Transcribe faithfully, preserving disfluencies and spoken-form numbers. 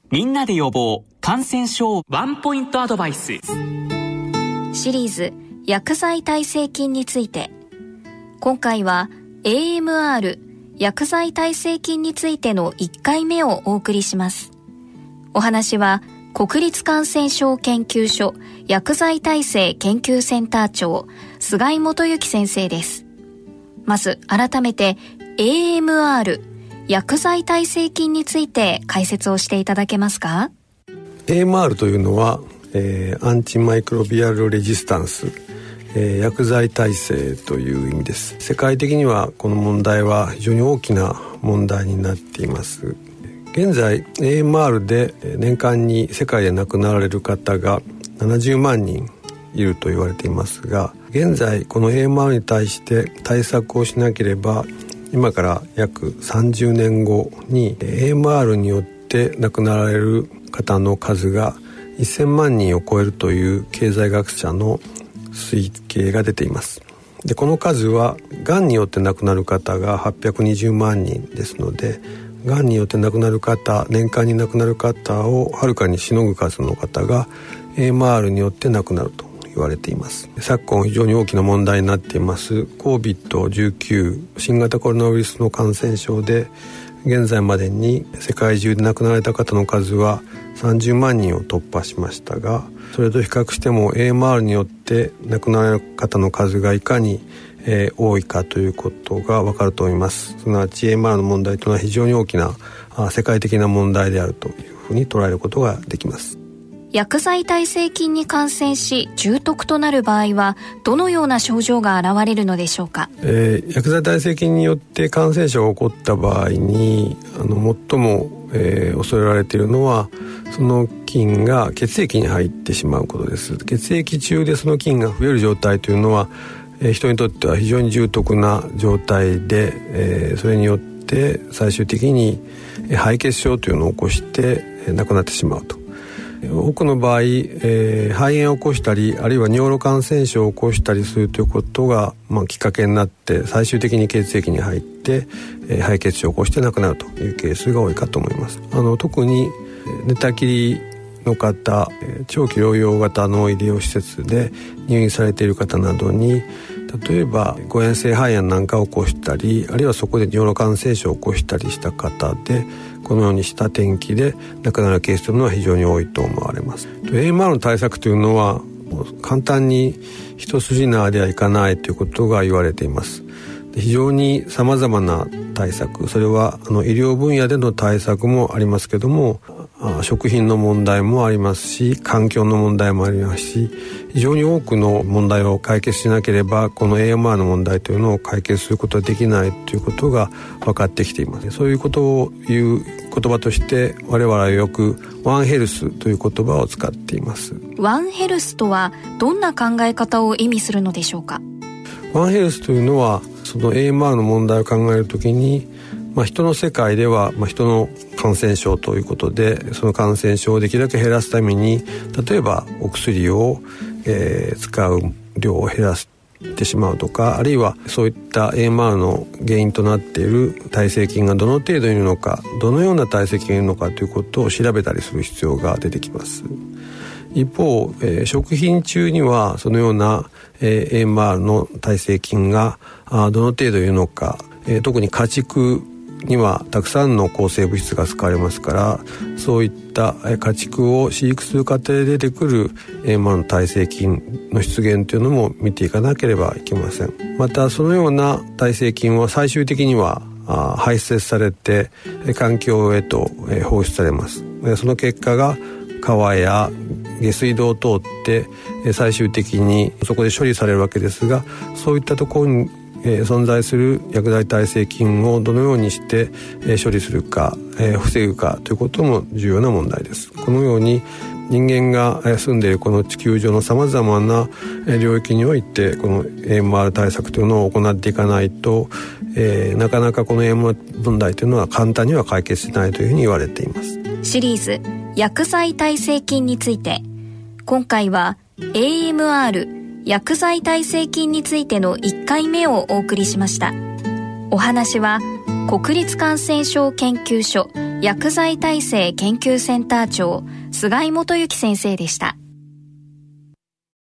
みんなで予防感染症ワンポイントアドバイス。 シリーズ薬剤耐性菌について、今回は エーエムアール 薬剤耐性菌についてのいっかいめをお送りします。お話は国立感染症研究所薬剤耐性研究センター長菅井元幸先生です。まず改めて エーエムアール 薬剤耐性菌について解説をしていただけますか？ エーエムアール というのは、えー、アンチマイクロビアルレジスタンス、えー、薬剤耐性という意味です。世界的にはこの問題は非常に大きな問題になっています。現在 エーエムアール で年間に世界で亡くなられる方がななじゅうまんにんいると言われていますが、現在この エーエムアール に対して対策をしなければ今から約さんじゅうねんごに エーエムアール によって亡くなられる方の数がせんまんにんを超えるという経済学者の推計が出ています。でこの数はがんによって亡くなる方がはっぴゃくにじゅうまんにんですので、がんによって亡くなる方、年間に亡くなる方をはるかにしのぐ数の方が エーエムアール によって亡くなると言われています。昨今非常に大きな問題になっています コービッドじゅうきゅう 新型コロナウイルスの感染症で、現在までに世界中で亡くなられた方の数はさんじゅうまんにんを突破しましたが、それと比較しても エーエムアール によって亡くなられる方の数がいかに、えー、多いかということが分かると思います。すなわち エーエムアール の問題というのは非常に大きな世界的な問題であるというふうに捉えることができます。 薬剤耐性菌に感染し重篤となる場合はどのような症状が現れるのでしょうか？ えー、薬剤耐性菌によって感染症が起こった場合にあの最も、えー、恐れられているのはその菌が血液に入ってしまうことです。血液中でその菌が増える状態というのは、えー、人にとっては非常に重篤な状態で、えー、それによって最終的に敗血症というのを起こして、えー、亡くなってしまうと。多くの場合、えー、肺炎を起こしたりあるいは尿路感染症を起こしたりするということが、まあ、きっかけになって最終的に血液に入って、えー、敗血症を起こして亡くなるというケースが多いかと思います。あの特に寝たきりの方、長期療養型の医療施設で入院されている方などに例えば誤嚥性肺炎なんかを起こしたりあるいはそこで尿路感染症を起こしたりした方でこのようにした転機で亡くなるケースというのは非常に多いと思われます。エーエムアール の対策というのは簡単に一筋縄ではいかないということが言われています。非常に様々な対策、それはあの医療分野での対策もありますけども食品の問題もありますし環境の問題もありますし非常に多くの問題を解決しなければこの エーエムアール の問題というのを解決することはできないということが分かってきています。そういうことを言う言葉として我々はよくワンヘルスという言葉を使っています。 ワンヘルスとはどんな考え方を意味するのでしょうか？ ワンヘルスというのはその エーエムアール の問題を考えるときに、まあ、人の世界では、まあ、人の感染症ということでその感染症をできるだけ減らすために例えばお薬を、えー、使う量を減らしてしまうとかあるいはそういった エーエムアール の原因となっている耐性菌がどの程度いるのかどのような耐性菌がいるのかということを調べたりする必要が出てきます。一方、えー、食品中にはそのような、えー、エーエムアール の耐性菌があどの程度いるのか、えー、特に家畜にはたくさんの抗生物質が使われますからそういった家畜を飼育する過程で出てくる エーエムアール の耐性菌の出現というのも見ていかなければいけません。またそのような耐性菌は最終的にはあ排泄されて環境へと、えー、放出されます。その結果が川や下水道を通って最終的にそこで処理されるわけですがそういったところにえー、存在する薬剤耐性菌をどのようにして、えー、処理するか、えー、防ぐかということも重要な問題です。このように人間が住んでいるこの地球上のさまざまな領域においてこの エーエムアール 対策というのを行っていかないと、えー、なかなかこの エーエムアール 問題というのは簡単には解決しないというふうに言われています。 シリーズ薬剤耐性菌について今回は エーエムアール薬剤耐性菌についてのいっかいめをお送りしました。お話は国立感染症研究所薬剤耐性研究センター長菅井元幸先生でした。